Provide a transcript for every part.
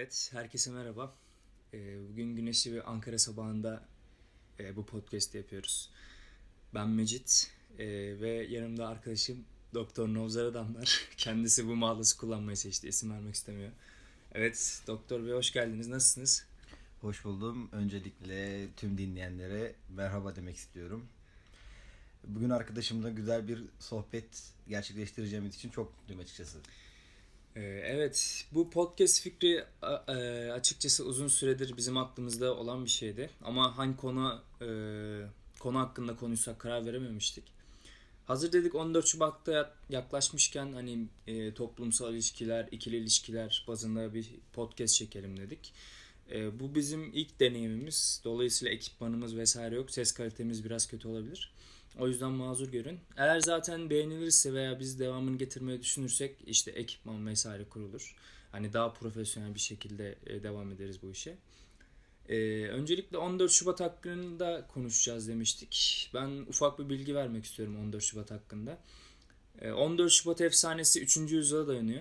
Evet, herkese merhaba. Bugün güneşli bir Ankara sabahında bu podcast'i yapıyoruz. Ben Mecit ve yanımda arkadaşım Doktor Novzar Adamlar. Kendisi bu mağazası kullanmayı seçti, isim vermek istemiyor. Evet, Doktor Bey hoş geldiniz. Nasılsınız? Hoş buldum. Öncelikle tüm dinleyenlere merhaba demek istiyorum. Bugün arkadaşımla güzel bir sohbet gerçekleştireceğimiz için çok mutluyum açıkçası. Evet, bu podcast fikri açıkçası uzun süredir bizim aklımızda olan bir şeydi. Ama hangi konu hakkında konuşsak karar verememiştik. Hazır dedik 14 Şubat'ta yaklaşmışken hani toplumsal ilişkiler, ikili ilişkiler bazında bir podcast çekelim dedik. Bu bizim ilk deneyimimiz. Dolayısıyla ekipmanımız vesaire yok. Ses kalitemiz biraz kötü olabilir. O yüzden mazur görün. Eğer zaten beğenilirse veya biz devamını getirmeyi düşünürsek işte ekipman vesaire kurulur. Hani daha profesyonel bir şekilde devam ederiz bu işe. Öncelikle 14 Şubat hakkında konuşacağız demiştik. Ben ufak bir bilgi vermek istiyorum 14 Şubat hakkında. 14 Şubat efsanesi 3. yüzyıla dayanıyor.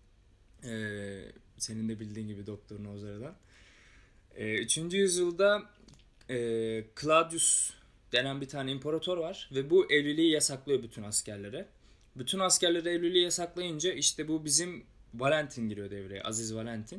Senin de bildiğin gibi Doktor Nozara'dan. 3. yüzyılda Claudius denen bir tane imparator var ve bu evliliği yasaklıyor bütün askerlere. Bütün askerlere evliliği yasaklayınca işte bu bizim Valentin giriyor devreye, Aziz Valentin.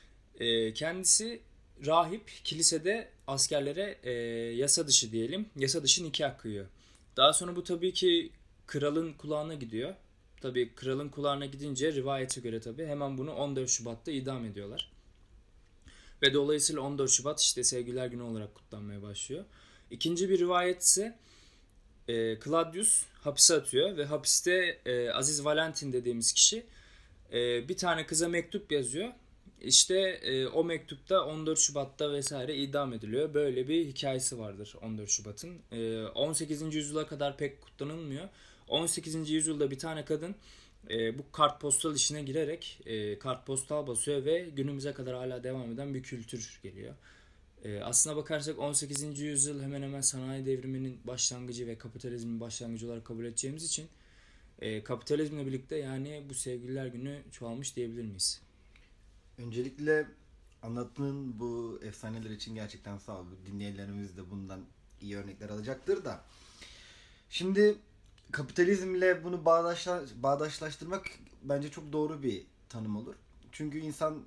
Kendisi rahip, kilisede askerlere yasa dışı diyelim, yasa dışı nikah kıyıyor. Daha sonra bu tabii ki kralın kulağına gidiyor. Tabii kralın kulağına gidince rivayete göre tabii hemen bunu 14 Şubat'ta idam ediyorlar. Ve dolayısıyla 14 Şubat işte Sevgililer Günü olarak kutlanmaya başlıyor. İkinci bir rivayet ise Claudius hapise atıyor ve hapiste Aziz Valentin dediğimiz kişi bir tane kıza mektup yazıyor. İşte o mektupta 14 Şubat'ta vesaire idam ediliyor. Böyle bir hikayesi vardır 14 Şubat'ın. 18. yüzyıla kadar pek kutlanılmıyor. 18. yüzyılda bir tane kadın bu kartpostal işine girerek kartpostal basıyor ve günümüze kadar hala devam eden bir kültür geliyor. Aslına bakarsak 18. yüzyıl hemen hemen sanayi devriminin başlangıcı ve kapitalizmin başlangıcı olarak kabul edeceğimiz için kapitalizmle birlikte yani bu sevgililer günü çoğalmış diyebilir miyiz? Öncelikle anlattığın bu efsaneler için gerçekten sağ ol. Dinleyenlerimiz de bundan iyi örnekler alacaktır da. Şimdi kapitalizmle bunu bağdaşlaştırmak bence çok doğru bir tanım olur. Çünkü insan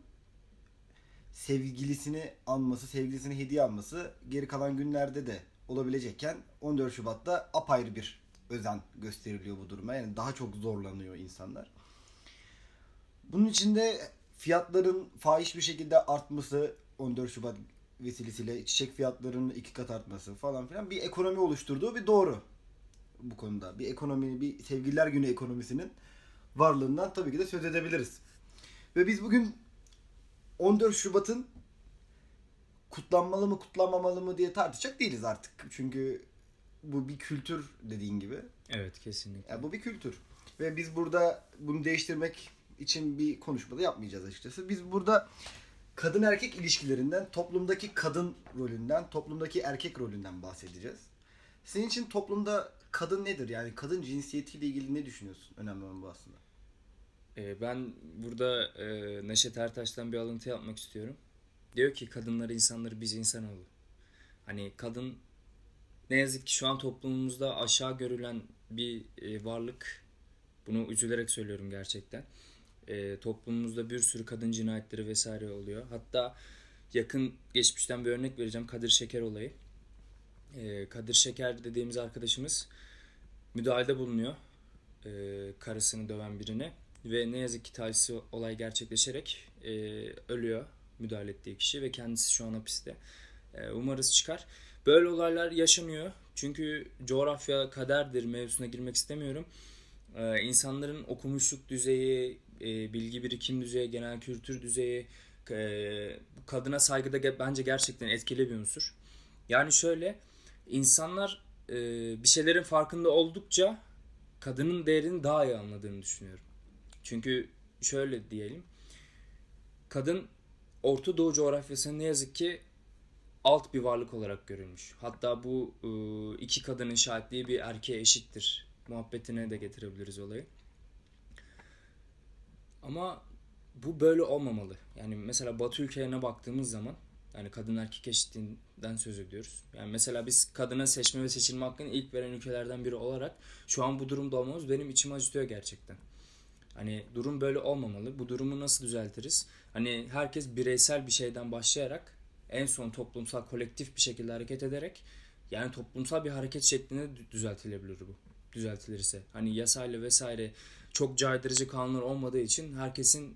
sevgilisini anması, sevgilisine hediye alması geri kalan günlerde de olabilecekken 14 Şubat'ta apayrı bir özen gösteriliyor bu duruma. Yani daha çok zorlanıyor insanlar. Bunun içinde fiyatların fahiş bir şekilde artması, 14 Şubat vesilesiyle çiçek fiyatlarının 2 kat artması falan filan bir ekonomi oluşturduğu bir doğru bu konuda. Bir ekonomi, bir sevgililer günü ekonomisinin varlığından tabii ki de söz edebiliriz. Ve biz bugün 14 Şubat'ın kutlanmalı mı kutlanmamalı mı diye tartışacak değiliz artık. Çünkü bu bir kültür dediğin gibi. Evet, kesinlikle. Yani bu bir kültür. Ve biz burada bunu değiştirmek için bir konuşma da yapmayacağız açıkçası. Biz burada kadın erkek ilişkilerinden, toplumdaki kadın rolünden, toplumdaki erkek rolünden bahsedeceğiz. Senin için toplumda kadın nedir? Yani kadın cinsiyetiyle ilgili ne düşünüyorsun? Önemli olan bu aslında. Ben burada Neşet Ertaş'tan bir alıntı yapmak istiyorum. Diyor ki kadınları insanları biz insanoğlu. Hani kadın ne yazık ki şu an toplumumuzda aşağı görülen bir varlık. Bunu üzülerek söylüyorum gerçekten. Toplumumuzda bir sürü kadın cinayetleri vesaire oluyor. Hatta yakın geçmişten bir örnek vereceğim. Kadir Şeker olayı. Kadir Şeker dediğimiz arkadaşımız müdahalede bulunuyor. Karısını döven birine. Ve ne yazık ki talihsiz olay gerçekleşerek ölüyor müdahale ettiği kişi ve kendisi şu an hapiste. Umarız çıkar. Böyle olaylar yaşanıyor. Çünkü coğrafya kaderdir mevzusuna girmek istemiyorum. İnsanların okumuşluk düzeyi, bilgi birikim düzeyi, genel kültür düzeyi, kadına saygıda bence gerçekten etkili bir unsur. Yani şöyle, insanlar bir şeylerin farkında oldukça kadının değerini daha iyi anladığını düşünüyorum. Çünkü şöyle diyelim, kadın Orta Doğu coğrafyasında ne yazık ki alt bir varlık olarak görülmüş. Hatta bu iki kadının şahitliği bir erkeğe eşittir muhabbetine de getirebiliriz olayı. Ama bu böyle olmamalı. Yani mesela Batı ülkelerine baktığımız zaman, yani kadın erkek eşitliğinden söz ediyoruz. Yani mesela biz kadına seçme ve seçilme hakkını ilk veren ülkelerden biri olarak şu an bu durumda olmamız benim içimi acıtıyor gerçekten. Hani durum böyle olmamalı. Bu durumu nasıl düzeltiriz? Hani herkes bireysel bir şeyden başlayarak en son toplumsal, kolektif bir şekilde hareket ederek, yani toplumsal bir hareket şeklinde düzeltilebilir bu. Düzeltilirse. Hani yasayla vesaire çok caydırıcı kanunlar olmadığı için herkesin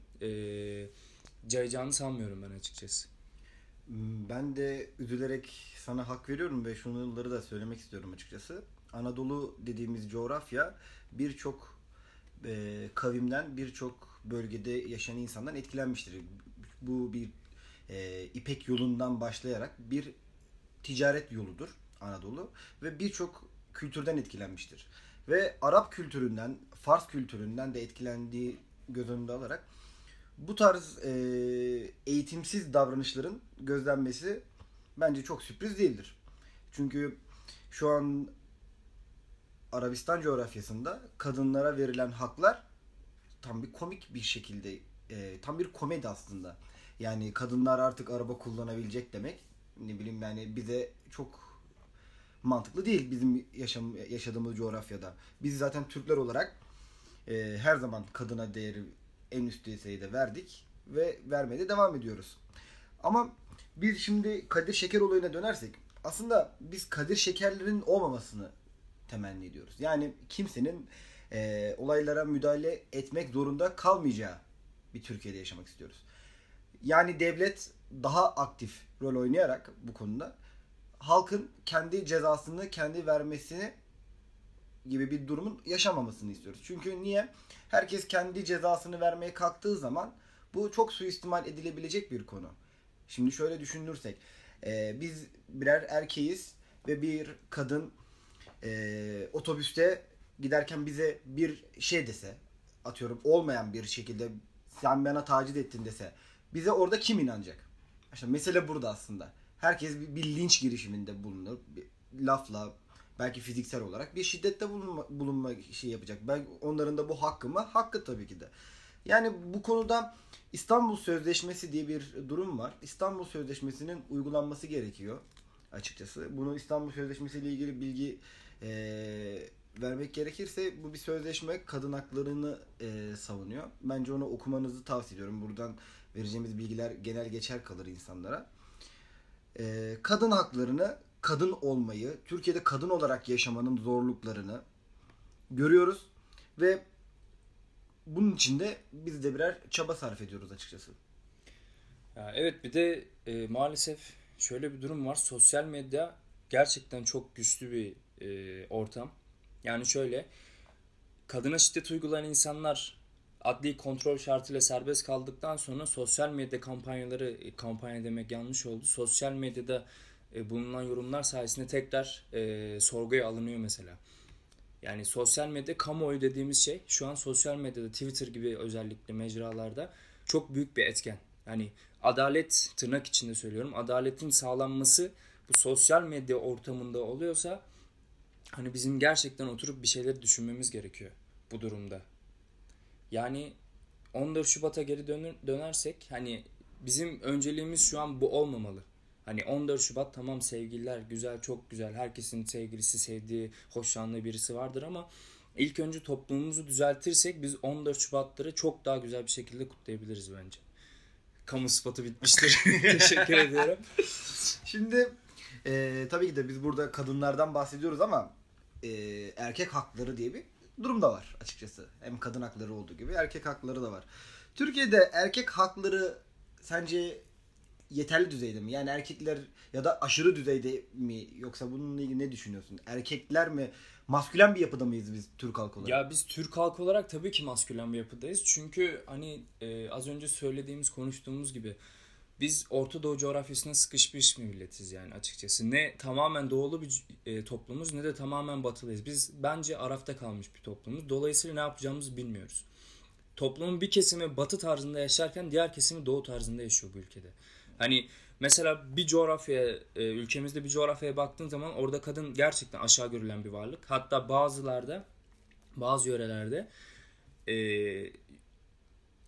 cayacağını sanmıyorum ben açıkçası. Ben de üzülerek sana hak veriyorum ve şunları da söylemek istiyorum açıkçası. Anadolu dediğimiz coğrafya birçok kavimden, birçok bölgede yaşayan insandan etkilenmiştir. Bu bir İpek yolundan başlayarak bir ticaret yoludur Anadolu ve birçok kültürden etkilenmiştir. Ve Arap kültüründen, Fars kültüründen de etkilendiği göz önünde alarak bu tarz eğitimsiz davranışların gözlenmesi bence çok sürpriz değildir. Çünkü şu an Arabistan coğrafyasında kadınlara verilen haklar tam bir komik bir şekilde, tam bir komedi aslında. Yani kadınlar artık araba kullanabilecek demek, ne bileyim, yani bize çok mantıklı değil bizim yaşadığımız coğrafyada. Biz zaten Türkler olarak her zaman kadına değeri en üst düzeyde verdik ve vermeye de devam ediyoruz. Ama biz şimdi Kadir Şeker olayına dönersek, aslında biz Kadir Şekerlerin olmamasını temenni ediyoruz. Yani kimsenin olaylara müdahale etmek zorunda kalmayacağı bir Türkiye'de yaşamak istiyoruz. Yani devlet daha aktif rol oynayarak bu konuda halkın kendi cezasını kendi vermesini gibi bir durumun yaşamamasını istiyoruz. Çünkü niye? Herkes kendi cezasını vermeye kalktığı zaman bu çok suistimal edilebilecek bir konu. Şimdi şöyle düşünürsek, biz birer erkeğiz ve bir kadın otobüste giderken bize bir şey dese, atıyorum olmayan bir şekilde sen bana taciz ettin dese, bize orada kim inanacak? İşte mesele burada aslında. Herkes bir linç girişiminde bulunur. Bir lafla, belki fiziksel olarak bir şiddette bulunma şey yapacak. Ben onların da bu hakkı mı? Hakkı tabii ki de. Yani bu konuda İstanbul Sözleşmesi diye bir durum var. İstanbul Sözleşmesi'nin uygulanması gerekiyor açıkçası. Bunu İstanbul Sözleşmesi ile ilgili bilgi vermek gerekirse, bu bir sözleşme, kadın haklarını savunuyor. Bence onu okumanızı tavsiye ediyorum. Buradan vereceğimiz bilgiler genel geçer kalır insanlara. Kadın haklarını, kadın olmayı, Türkiye'de kadın olarak yaşamanın zorluklarını görüyoruz ve bunun için de biz de birer çaba sarf ediyoruz açıkçası. Ya evet, bir de maalesef şöyle bir durum var. Sosyal medya gerçekten çok güçlü bir ortam. Yani şöyle, kadına şiddet uygulayan insanlar adli kontrol şartıyla serbest kaldıktan sonra sosyal medya kampanyaları, kampanya demek yanlış oldu. Sosyal medyada bulunan yorumlar sayesinde tekrar sorguya alınıyor mesela. Yani sosyal medya kamuoyu dediğimiz şey şu an sosyal medyada, Twitter gibi özellikle mecralarda çok büyük bir etken. Yani adalet, tırnak içinde söylüyorum, adaletin sağlanması bu sosyal medya ortamında oluyorsa hani bizim gerçekten oturup bir şeyleri düşünmemiz gerekiyor bu durumda. Yani 14 Şubat'a geri dönersek, hani bizim önceliğimiz şu an bu olmamalı. Hani 14 Şubat tamam, sevgililer güzel, çok güzel. Herkesin sevgilisi, sevdiği, hoşlandığı birisi vardır ama ilk önce toplumumuzu düzeltirsek biz 14 Şubat'ları çok daha güzel bir şekilde kutlayabiliriz bence. Kamu spotu bitmiştir. Teşekkür ediyorum. Şimdi tabii ki de biz burada kadınlardan bahsediyoruz ama erkek hakları diye bir durum da var açıkçası. Hem kadın hakları olduğu gibi erkek hakları da var. Türkiye'de erkek hakları sence yeterli düzeyde mi? Yani erkekler ya da aşırı düzeyde mi? Yoksa bununla ilgili ne düşünüyorsun? Erkekler mi? Maskülen bir yapıda mıyız biz Türk halkı olarak? Ya biz Türk halkı olarak tabii ki maskülen bir yapıdayız. Çünkü hani az önce söylediğimiz, konuştuğumuz gibi biz Orta Doğu coğrafyasına sıkışmış bir milletiz yani açıkçası. Ne tamamen doğulu bir toplumuz, ne de tamamen batılıyız. Biz bence arafta kalmış bir toplumuz. Dolayısıyla ne yapacağımızı bilmiyoruz. Toplumun bir kesimi batı tarzında yaşarken diğer kesimi doğu tarzında yaşıyor bu ülkede. Hani mesela bir coğrafyaya, ülkemizde bir coğrafyaya baktığın zaman orada kadın gerçekten aşağı görülen bir varlık. Hatta bazı yörelerde e,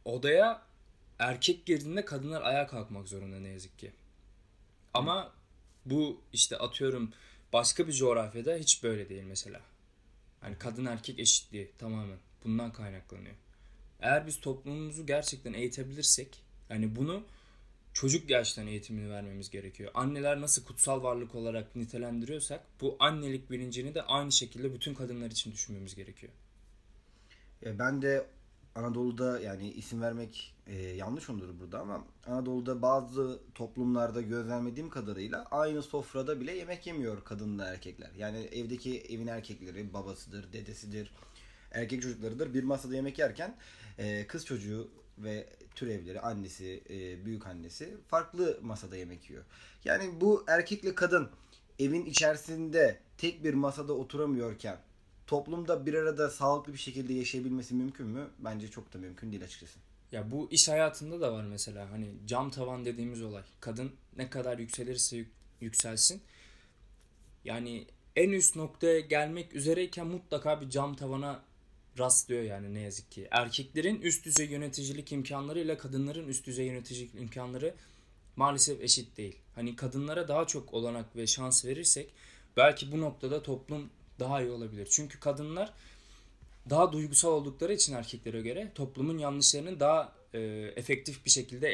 odaya erkek girdiğinde kadınlar ayağa kalkmak zorunda ne yazık ki. Ama bu işte atıyorum başka bir coğrafyada hiç böyle değil mesela. Hani kadın erkek eşitliği tamamen bundan kaynaklanıyor. Eğer biz toplumumuzu gerçekten eğitebilirsek, yani bunu çocuk yaştan eğitimini vermemiz gerekiyor. Anneler nasıl kutsal varlık olarak nitelendiriyorsak bu annelik bilincini de aynı şekilde bütün kadınlar için düşünmemiz gerekiyor. Ben de Anadolu'da, yani isim vermek yanlış olur burada ama Anadolu'da bazı toplumlarda gözlemlediğim kadarıyla aynı sofrada bile yemek yemiyor kadınla erkekler. Yani evin erkekleri babasıdır, dedesidir, erkek çocuklarıdır. Bir masada yemek yerken kız çocuğu ve türevleri, annesi, büyük annesi farklı masada yemek yiyor. Yani bu erkekle kadın evin içerisinde tek bir masada oturamıyorken toplumda bir arada sağlıklı bir şekilde yaşayabilmesi mümkün mü? Bence çok da mümkün değil açıkçası. Ya bu iş hayatında da var mesela, hani cam tavan dediğimiz olay. Kadın ne kadar yükselirse yükselsin, yani en üst noktaya gelmek üzereyken mutlaka bir cam tavana rastlıyor yani ne yazık ki. Erkeklerin üst düzey yöneticilik imkanları ile kadınların üst düzey yöneticilik imkanları maalesef eşit değil. Hani kadınlara daha çok olanak ve şans verirsek belki bu noktada toplum daha iyi olabilir. Çünkü kadınlar daha duygusal oldukları için erkeklere göre toplumun yanlışlarını daha efektif bir şekilde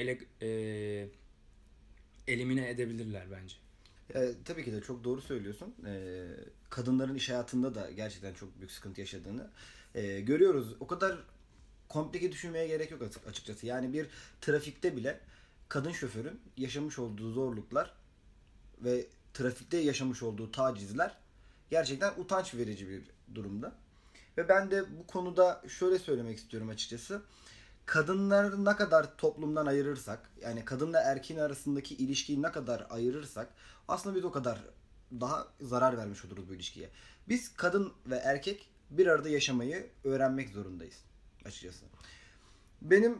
elimine edebilirler bence. Tabii ki de çok doğru söylüyorsun. Kadınların iş hayatında da gerçekten çok büyük sıkıntı yaşadığını görüyoruz. O kadar komplike düşünmeye gerek yok açıkçası. Yani bir trafikte bile kadın şoförün yaşamış olduğu zorluklar ve trafikte yaşamış olduğu tacizler gerçekten utanç verici bir durumda. Ve ben de bu konuda şöyle söylemek istiyorum açıkçası. Kadınları ne kadar toplumdan ayırırsak, yani kadınla erkeğin arasındaki ilişkiyi ne kadar ayırırsak aslında biz o kadar daha zarar vermiş oluruz bu ilişkiye. Biz kadın ve erkek bir arada yaşamayı öğrenmek zorundayız açıkçası. Benim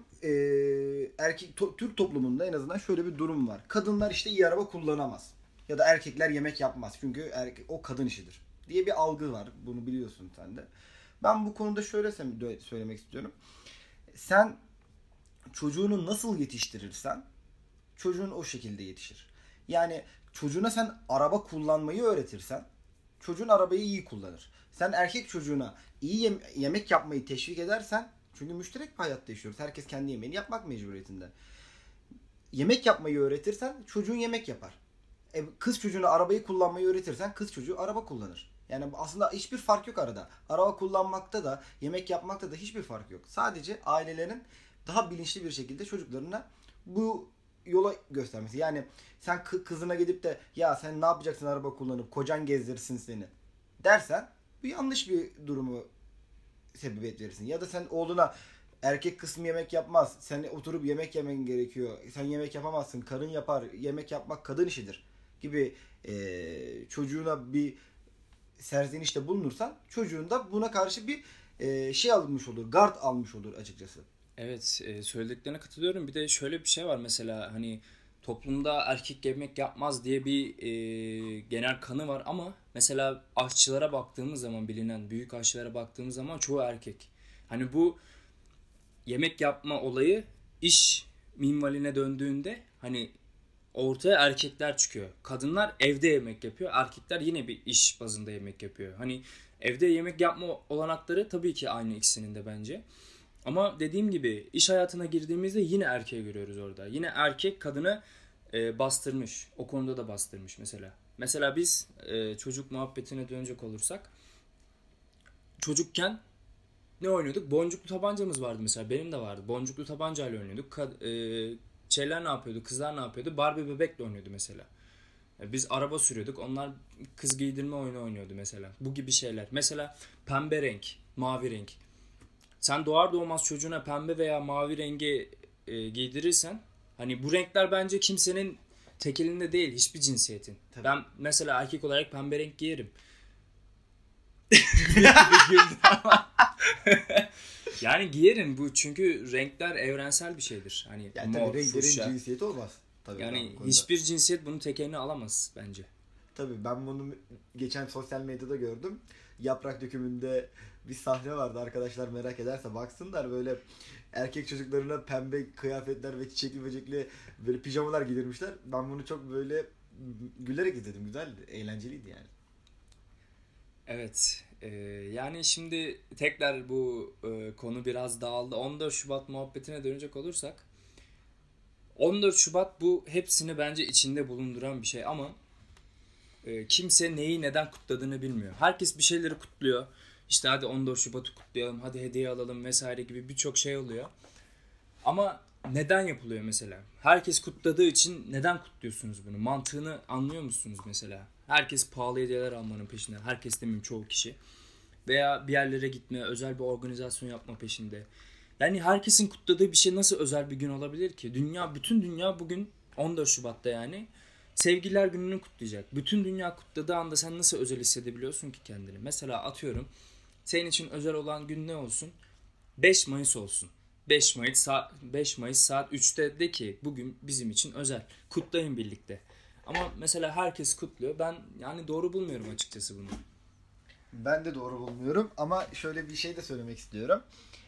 Türk toplumunda en azından şöyle bir durum var. Kadınlar işte iyi araba kullanamaz. Ya da erkekler yemek yapmaz. Çünkü o kadın işidir diye bir algı var. Bunu biliyorsun sen de. Ben bu konuda şöyle söylemek istiyorum. Sen çocuğunu nasıl yetiştirirsen çocuğun o şekilde yetişir. Yani çocuğuna sen araba kullanmayı öğretirsen çocuğun arabayı iyi kullanır. Sen erkek çocuğuna iyi yemek yapmayı teşvik edersen, çünkü müşterek bir hayatta yaşıyoruz. Herkes kendi yemeğini yapmak mecburiyetinde. Yemek yapmayı öğretirsen çocuğun yemek yapar. Kız çocuğuna arabayı kullanmayı öğretirsen kız çocuğu araba kullanır. Yani aslında hiçbir fark yok arada. Araba kullanmakta da yemek yapmakta da hiçbir fark yok. Sadece ailelerin daha bilinçli bir şekilde çocuklarına bu yola göstermesi. Yani sen kızına gidip de ya sen ne yapacaksın araba kullanıp kocan gezdirsin seni dersen bu yanlış bir durumu sebebiyet verirsin. Ya da sen oğluna erkek kısmı yemek yapmaz. Sen oturup yemek yemen gerekiyor. Sen yemek yapamazsın. Karın yapar. Yemek yapmak kadın işidir gibi çocuğuna bir serzenişte bulunursan çocuğun da buna karşı bir şey almış olur. Gard almış olur açıkçası. Evet, söylediklerine katılıyorum. Bir de şöyle bir şey var mesela, hani toplumda erkek yemek yapmaz diye bir genel kanı var ama mesela aşçılara baktığımız zaman, bilinen büyük aşçılara baktığımız zaman çoğu erkek. Hani bu yemek yapma olayı iş minvaline döndüğünde hani ortaya erkekler çıkıyor. Kadınlar evde yemek yapıyor. Erkekler yine bir iş bazında yemek yapıyor. Hani evde yemek yapma olanakları tabii ki aynı ikisinin de bence. Ama dediğim gibi iş hayatına girdiğimizde yine erkeği görüyoruz orada. Yine erkek kadını bastırmış. O konuda da bastırmış mesela. Mesela biz çocuk muhabbetine dönecek olursak, çocukken ne oynuyorduk? Boncuklu tabancamız vardı mesela. Benim de vardı. Boncuklu tabancayla oynuyorduk. Şeyler ne yapıyordu? Kızlar ne yapıyordu? Barbie bebekle oynuyordu mesela. Biz araba sürüyorduk. Onlar kız giydirme oyunu oynuyordu mesela. Bu gibi şeyler. Mesela pembe renk, mavi renk. Sen doğar doğmaz çocuğuna pembe veya mavi rengi giydirirsen, hani bu renkler bence kimsenin tekelinde değil, hiçbir cinsiyetin. Tabii. Ben mesela erkek olarak pembe renk giyerim. Yani giyerim bu, çünkü renkler evrensel bir şeydir. Hani Yani mor, tabii renklerin fuşya. cinsiyeti olmaz. Tabii Yani hiçbir cinsiyet bunun tekelini alamaz bence. Tabii ben bunu geçen sosyal medyada gördüm. Yaprak dökümünde bir sahne vardı, arkadaşlar merak ederse baksınlar, böyle erkek çocuklarına pembe kıyafetler ve çiçekli böcekli böyle pijamalar giydirmişler. Ben bunu çok böyle gülerek izledim. Güzeldi, eğlenceliydi yani. Evet. Yani şimdi tekrar bu konu biraz dağıldı. 14 Şubat muhabbetine dönecek olursak 14 Şubat bu hepsini bence içinde bulunduran bir şey ama kimse neyi neden kutladığını bilmiyor. Herkes bir şeyleri kutluyor. İşte hadi 14 Şubat'ı kutlayalım, hadi hediye alalım vesaire gibi birçok şey oluyor. Ama neden yapılıyor mesela? Herkes kutladığı için neden kutluyorsunuz bunu? Mantığını anlıyor musunuz mesela? Herkes pahalı hediyeler almanın peşinde. Herkes demeyeyim, çoğu kişi. Veya bir yerlere gitme, özel bir organizasyon yapma peşinde. Yani herkesin kutladığı bir şey nasıl özel bir gün olabilir ki? Bütün dünya bugün 14 Şubat'ta yani Sevgililer Günü'nü kutlayacak. Bütün dünya kutladığı anda sen nasıl özel hissedebiliyorsun ki kendini? Mesela atıyorum, senin için özel olan gün ne olsun? 5 Mayıs olsun. 5 Mayıs saat 3'te de ki bugün bizim için özel. Kutlayın birlikte. Ama mesela herkes kutluyor. Ben yani doğru bulmuyorum açıkçası bunu. Ben de doğru bulmuyorum ama şöyle bir şey de söylemek istiyorum.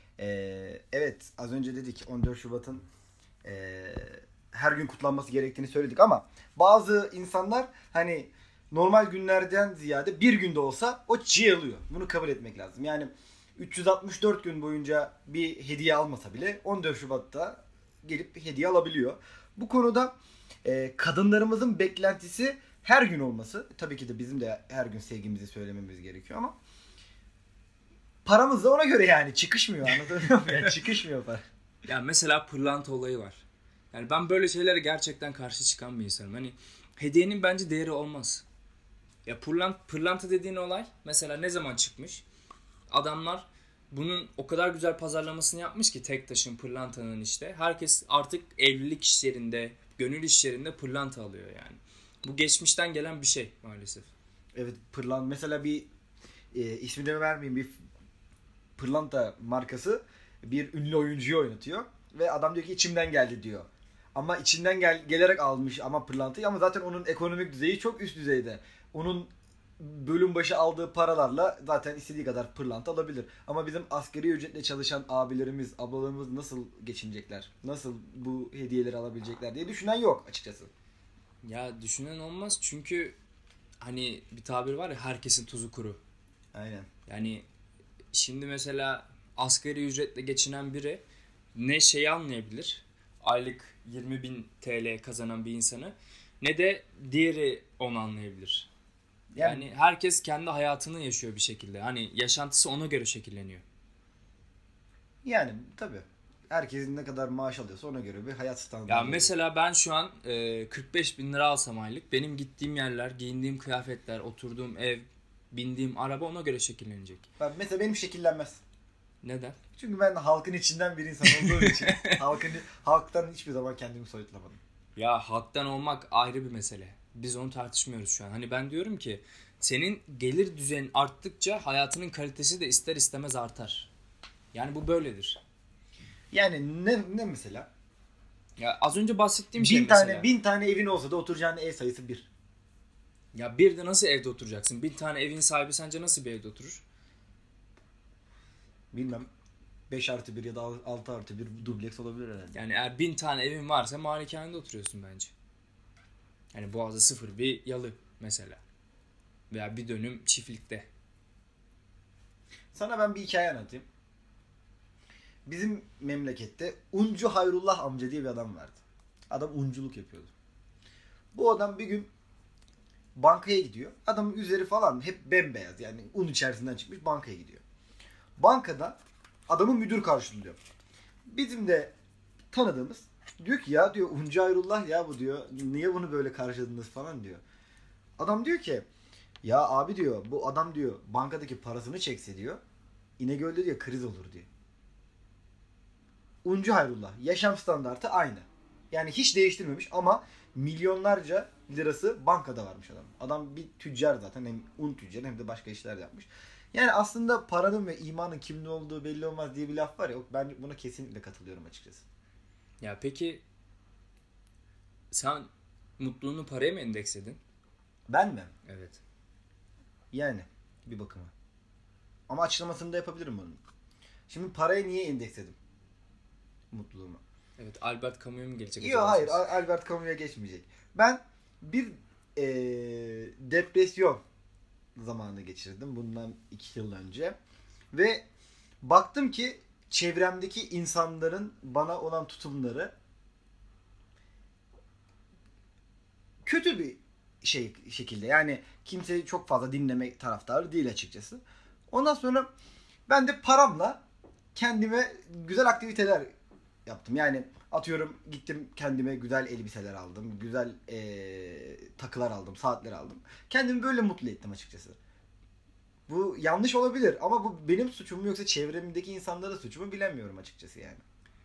Evet, az önce dedik 14 Şubat'ın ee, her gün kutlanması gerektiğini söyledik ama bazı insanlar hani normal günlerden ziyade bir günde olsa o çiğ alıyor. Bunu kabul etmek lazım. Yani 364 gün boyunca bir hediye almasa bile 14 Şubat'ta gelip bir hediye alabiliyor. Bu konuda kadınlarımızın beklentisi her gün olması. Tabii ki de bizim de her gün sevgimizi söylememiz gerekiyor ama paramız da ona göre yani çıkışmıyor, anlatabiliyor muyum? Yani çıkışmıyor para. Ya mesela pırlanta olayı var. Yani ben böyle şeylere gerçekten karşı çıkan bir insanım. Hani hediyenin bence değeri olmaz. Ya pırlanta dediğin olay mesela ne zaman çıkmış? Adamlar bunun o kadar güzel pazarlamasını yapmış ki tek taşın pırlantanın işte. Herkes artık evlilik işlerinde, gönül işlerinde pırlanta alıyor yani. Bu geçmişten gelen bir şey maalesef. Evet, mesela bir ismini vermeyeyim, bir pırlanta markası bir ünlü oyuncuyu oynatıyor ve adam diyor ki içimden geldi diyor. Ama içinden gelerek almış ama pırlantayı, ama zaten onun ekonomik düzeyi çok üst düzeyde. Onun bölüm başı aldığı paralarla zaten istediği kadar pırlanta alabilir. Ama bizim asgari ücretle çalışan abilerimiz, ablalarımız nasıl geçinecekler? Nasıl bu hediyeleri alabilecekler diye düşünen yok açıkçası. Ya düşünen olmaz çünkü hani bir tabir var ya, herkesin tuzu kuru. Aynen. Yani şimdi mesela asgari ücretle geçinen biri ne şeyi anlayabilir, aylık 20 bin TL kazanan bir insanı, ne de diğeri onu anlayabilir. Yani Yani herkes kendi hayatını yaşıyor bir şekilde. Hani yaşantısı ona göre şekilleniyor. yani tabii. Herkesin ne kadar maaş alıyorsa ona göre bir hayat Ya standartı oluyor. mesela ben şu an 45 bin lira alsam aylık, benim gittiğim yerler, giyindiğim kıyafetler, oturduğum ev, bindiğim araba ona göre şekillenecek. Mesela benim şekillenmez. Neden? Çünkü ben halkın içinden bir insan olduğum için halktan hiçbir zaman kendimi soyutlamadım. Ya halktan olmak ayrı bir mesele. Biz onu tartışmıyoruz şu an. Hani ben diyorum ki senin gelir düzeyin arttıkça hayatının kalitesi de ister istemez artar. Yani bu böyledir. Yani ne mesela? Ya az önce bahsettiğim şey Bin tane mesela. bin tane evin olsa da oturacağın ev sayısı bir. Ya bir de nasıl evde oturacaksın? Bir tane evin sahibi sence nasıl bir evde oturur? Bilmem. 5+1 ya da 6+1 dubleks olabilir herhalde. Yani eğer 1.000 tane evin varsa malikanede oturuyorsun bence. Yani Boğaz'da sıfır bir yalı mesela. Veya bir dönüm çiftlikte. Sana ben bir hikaye anlatayım. Bizim memlekette Uncu Hayrullah amca diye bir adam vardı. Adam unculuk yapıyordu. Bu adam bir gün bankaya gidiyor. Adamın üzeri falan hep bembeyaz, yani un içerisinden çıkmış, bankaya gidiyor. Bankada adamın müdür karşılıyor. Bizim de tanıdığımız diyor ki ya diyor Uncu Hayrullah ya bu diyor. Niye bunu böyle karşıladınız falan diyor. Adam diyor ki ya abi diyor bu adam diyor bankadaki parasını çekse diyor İnegöl'de diyor kriz olur diyor. Uncu Hayrullah yaşam standartı aynı. Yani hiç değiştirmemiş ama milyonlarca lirası bankada varmış adam. Adam bir tüccar zaten, hem un tüccarı hem de başka işler de yapmış. Yani aslında paranın ve imanın kimin olduğu belli olmaz diye bir laf var ya, ben buna kesinlikle katılıyorum açıkçası. Ya peki sen mutluluğunu paraya mı endeksledin? Ben mi? Evet. Yani bir bakıma. Ama açıklamasını da yapabilirim bunun. Şimdi paraya niye endeksledim mutluluğumu? Evet, Albert Camus'a mı gelecek Yok, acaba hayır, söz? Albert Camus'a geçmeyecek. Ben bir depresyon zamanı geçirdim bundan 2 yıl önce. Ve baktım ki çevremdeki insanların bana olan tutumları kötü bir şekilde. Yani kimseyi çok fazla dinleme taraftarı değil açıkçası. Ondan sonra ben de paramla kendime güzel aktiviteler yaptım. Yani atıyorum, gittim kendime güzel elbiseler aldım. Güzel takılar aldım, saatler aldım. Kendimi böyle mutlu ettim açıkçası. Bu yanlış olabilir ama bu benim suçum mu yoksa çevremdeki insanların suçu mu bilemiyorum açıkçası yani.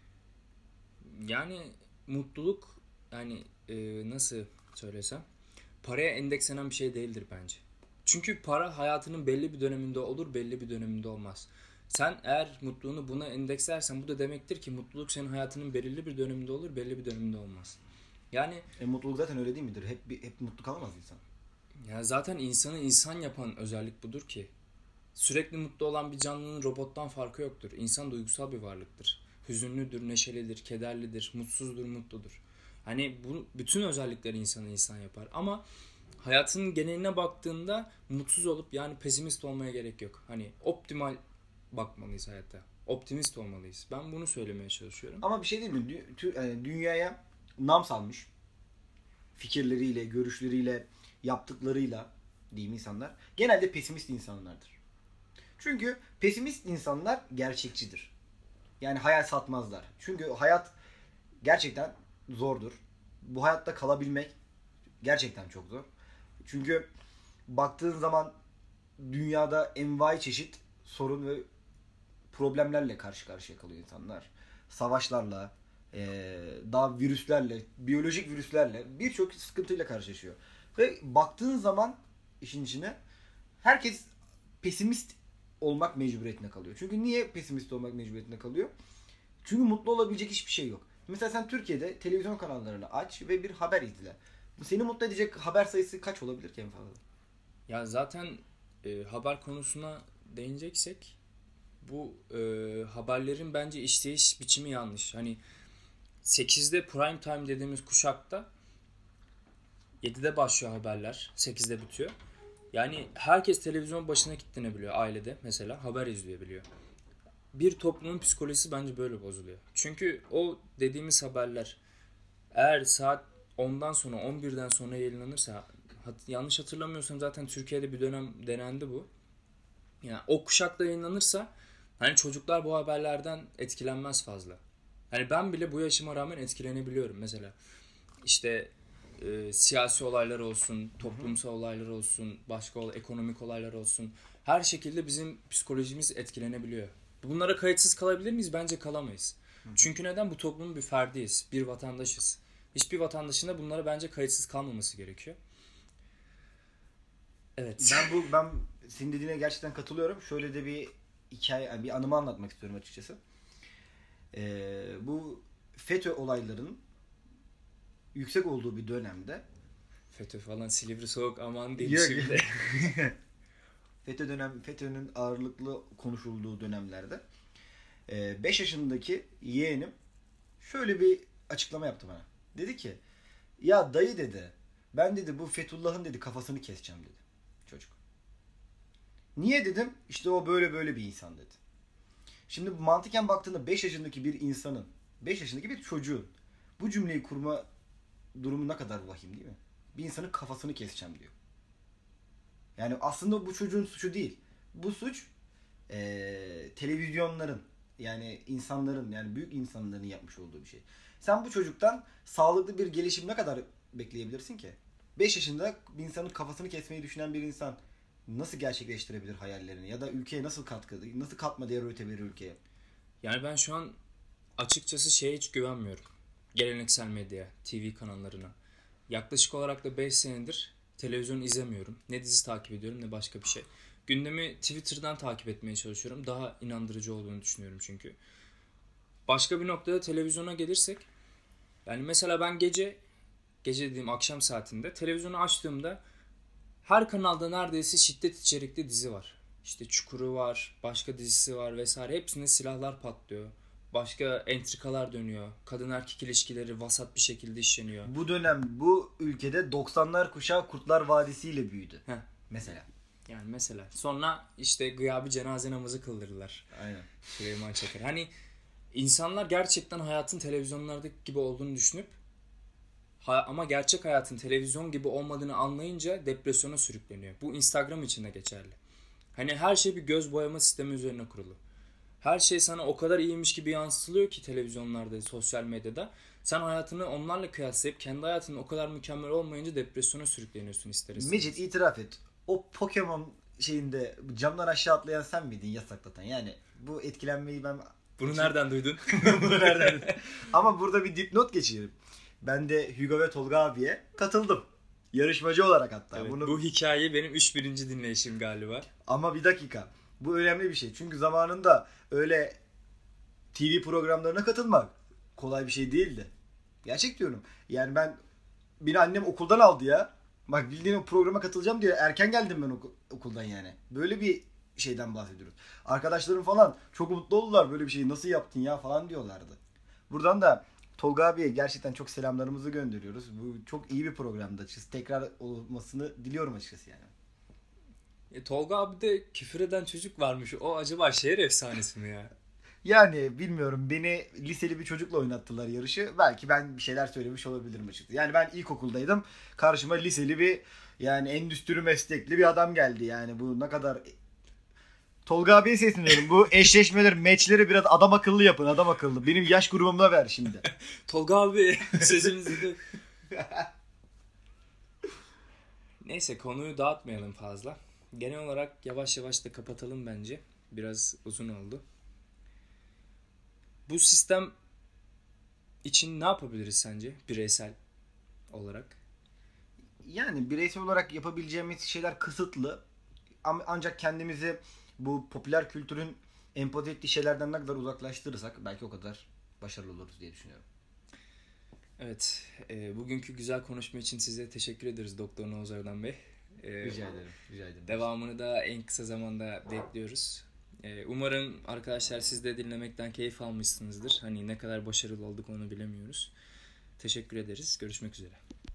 Yani mutluluk, yani nasıl söylesem, paraya endekslenen bir şey değildir bence. Çünkü para hayatının belli bir döneminde olur, belli bir döneminde olmaz. Sen eğer mutluluğunu buna endekslersen bu da demektir ki mutluluk senin hayatının belirli bir döneminde olur, belli bir döneminde olmaz. Yani Mutluluk zaten öyle değil midir? Hep mutlu kalamaz insan. ya zaten insanı insan yapan özellik budur ki. Sürekli mutlu olan bir canlının robottan farkı yoktur. İnsan duygusal bir varlıktır. Hüzünlüdür, neşelidir, kederlidir, mutsuzdur, mutludur. Hani bu bütün özellikleri insanı insan yapar. Ama hayatının geneline baktığında mutsuz olup yani pesimist olmaya gerek yok. Hani optimal bakmalıyız hayata. Optimist olmalıyız. Ben bunu söylemeye çalışıyorum. Ama bir şey değil mi? Dünyaya nam salmış fikirleriyle, görüşleriyle, yaptıklarıyla diyeyim insanlar genelde pesimist insanlardır. Çünkü pesimist insanlar gerçekçidir. Yani hayal satmazlar. Çünkü hayat gerçekten zordur. Bu hayatta kalabilmek gerçekten çok zor. Çünkü baktığın zaman dünyada envai çeşit sorun ve problemlerle karşı karşıya kalıyor insanlar. Savaşlarla, daha virüslerle, biyolojik virüslerle birçok sıkıntıyla karşılaşıyor. Ve baktığın zaman işin içine herkes pesimist olmak mecburiyetinde kalıyor. Çünkü niye pesimist olmak mecburiyetinde kalıyor? Çünkü mutlu olabilecek hiçbir şey yok. Mesela sen Türkiye'de televizyon kanallarını aç ve bir haber izle. Seni mutlu edecek haber sayısı kaç olabilir ki en fazla? Ya zaten haber konusuna değineceksek bu haberlerin bence işleyiş biçimi yanlış. Hani 8'de prime time dediğimiz kuşakta 7'de başlıyor haberler. 8'de bitiyor. Yani herkes televizyon başına kilitlenebiliyor ailede mesela. Haber izleyebiliyor. Bir toplumun psikolojisi bence böyle bozuluyor. Çünkü o dediğimiz haberler eğer saat 10'dan sonra 11'den sonra yayınlanırsa, yanlış hatırlamıyorsam zaten Türkiye'de bir dönem denendi bu. Yani o kuşakta yayınlanırsa hani çocuklar bu haberlerden etkilenmez fazla. Hani ben bile bu yaşıma rağmen etkilenebiliyorum mesela. İşte siyasi olaylar olsun, toplumsal olaylar olsun, başka ekonomik olaylar olsun. Her şekilde bizim psikolojimiz etkilenebiliyor. Bunlara kayıtsız kalabilir miyiz? Bence kalamayız. Çünkü neden? Bu toplumun bir ferdiyiz, bir vatandaşız. Hiçbir vatandaşın da bunlara bence kayıtsız kalmaması gerekiyor. Evet. Ben senin dediğine gerçekten katılıyorum. Şöyle de bir hikaye, yani bir anımı anlatmak istiyorum açıkçası. Bu FETÖ olaylarının yüksek olduğu bir dönemde FETÖ falan Silivri soğuk aman değil Yok. şimdi. FETÖ'nün ağırlıklı konuşulduğu dönemlerde 5 yaşındaki yeğenim şöyle bir açıklama yaptı bana. Dedi ki ya dayı dedi, ben dedi bu Fethullah'ın dedi kafasını keseceğim dedi çocuk. Niye dedim? İşte o böyle böyle bir insan dedi. Şimdi mantıken baktığında 5 yaşındaki bir insanın, 5 yaşındaki bir çocuğun bu cümleyi kurma durumu ne kadar vahim değil mi? Bir insanın kafasını keseceğim diyor. Yani aslında bu çocuğun suçu değil. Bu suç televizyonların, yani insanların, yani büyük insanların yapmış olduğu bir şey. Sen bu çocuktan sağlıklı bir gelişim ne kadar bekleyebilirsin ki? 5 yaşında bir insanın kafasını kesmeyi düşünen bir insan nasıl gerçekleştirebilir hayallerini? Ya da ülkeye nasıl katma değer üretebilir ülkeye? Yani ben şu an açıkçası şeye hiç güvenmiyorum. Geleneksel medya, TV kanallarına. Yaklaşık olarak da 5 senedir televizyon izlemiyorum. Ne dizi takip ediyorum ne başka bir şey. Gündemi Twitter'dan takip etmeye çalışıyorum. Daha inandırıcı olduğunu düşünüyorum çünkü. Başka bir noktada televizyona gelirsek, yani mesela ben gece dediğim akşam saatinde televizyonu açtığımda her kanalda neredeyse şiddet içerikli dizi var. işte Çukuru var, başka dizisi var vesaire. Hepsinde silahlar patlıyor. Başka entrikalar dönüyor. Kadın erkek ilişkileri vasat bir şekilde işleniyor. Bu dönem bu ülkede 90'lar kuşağı Kurtlar Vadisi ile büyüdü. Heh. Mesela. Yani mesela. Sonra işte gıyabi cenaze namazı kıldırdılar. Aynen. Süleyman Çakır. Hani insanlar gerçekten hayatın televizyonlardaki gibi olduğunu düşünüp ama gerçek hayatın televizyon gibi olmadığını anlayınca depresyona sürükleniyor. Bu Instagram için de geçerli. Hani her şey bir göz boyama sistemi üzerine kurulu. Her şey sana o kadar iyiymiş gibi yansıtılıyor ki televizyonlarda, sosyal medyada. Sen hayatını onlarla kıyaslayıp kendi hayatının o kadar mükemmel olmayınca depresyona sürükleniyorsun ister istemez. Mecit itiraf et. O Pokemon şeyinde camdan aşağı atlayan sen miydin yasaklatan? Yani bu etkilenmeyi ben... Bunu nereden duydun? Bunu nereden duydun? Ama burada bir dipnot geçiyorum. Ben de Hugo ve Tolga abiye katıldım. Yarışmacı olarak hatta. Evet, Bunu... Bu hikaye benim 3. dinleyişim galiba. Ama bir dakika. Bu önemli bir şey. Çünkü zamanında öyle TV programlarına katılmak kolay bir şey değildi. Gerçek diyorum. Yani beni annem okuldan aldı ya. Bak bildiğin o programa katılacağım diye erken geldim ben okuldan yani. Böyle bir şeyden bahsediyoruz. Arkadaşlarım falan çok mutlu oldular, böyle bir şeyi nasıl yaptın ya falan diyorlardı. Buradan da Tolga abiye gerçekten çok selamlarımızı gönderiyoruz. Bu çok iyi bir programdı açıkçası. Tekrar olmasını diliyorum açıkçası yani. Tolga abi de küfür eden çocuk varmış. O acaba şehir efsanesi mi ya? Yani bilmiyorum, beni liseli bir çocukla oynattılar yarışı. Belki ben bir şeyler söylemiş olabilirim açıkçası. Yani ben ilkokuldaydım. Karşıma liseli bir, yani endüstri meslekli bir adam geldi. Yani bu ne kadar... Tolga abiye sesleniyorum. Bu eşleşmeleri, matchleri biraz adam akıllı yapın, adam akıllı. Benim yaş grubumla ver şimdi. Tolga abi sesimizi de... Neyse, konuyu dağıtmayalım fazla. Genel olarak yavaş yavaş da kapatalım bence. Biraz uzun oldu. Bu sistem için ne yapabiliriz sence bireysel olarak? Yani bireysel olarak yapabileceğimiz şeyler kısıtlı. Ancak kendimizi bu popüler kültürün empoze ettiği şeylerden ne kadar uzaklaştırırsak belki o kadar başarılı oluruz diye düşünüyorum. Evet, bugünkü güzel konuşma için size teşekkür ederiz Doktor Oğuz Bey. Rica ederim. Devamını da en kısa zamanda bekliyoruz. Umarım arkadaşlar siz de dinlemekten keyif almışsınızdır. Hani ne kadar başarılı olduk onu bilemiyoruz. Teşekkür ederiz. Görüşmek üzere.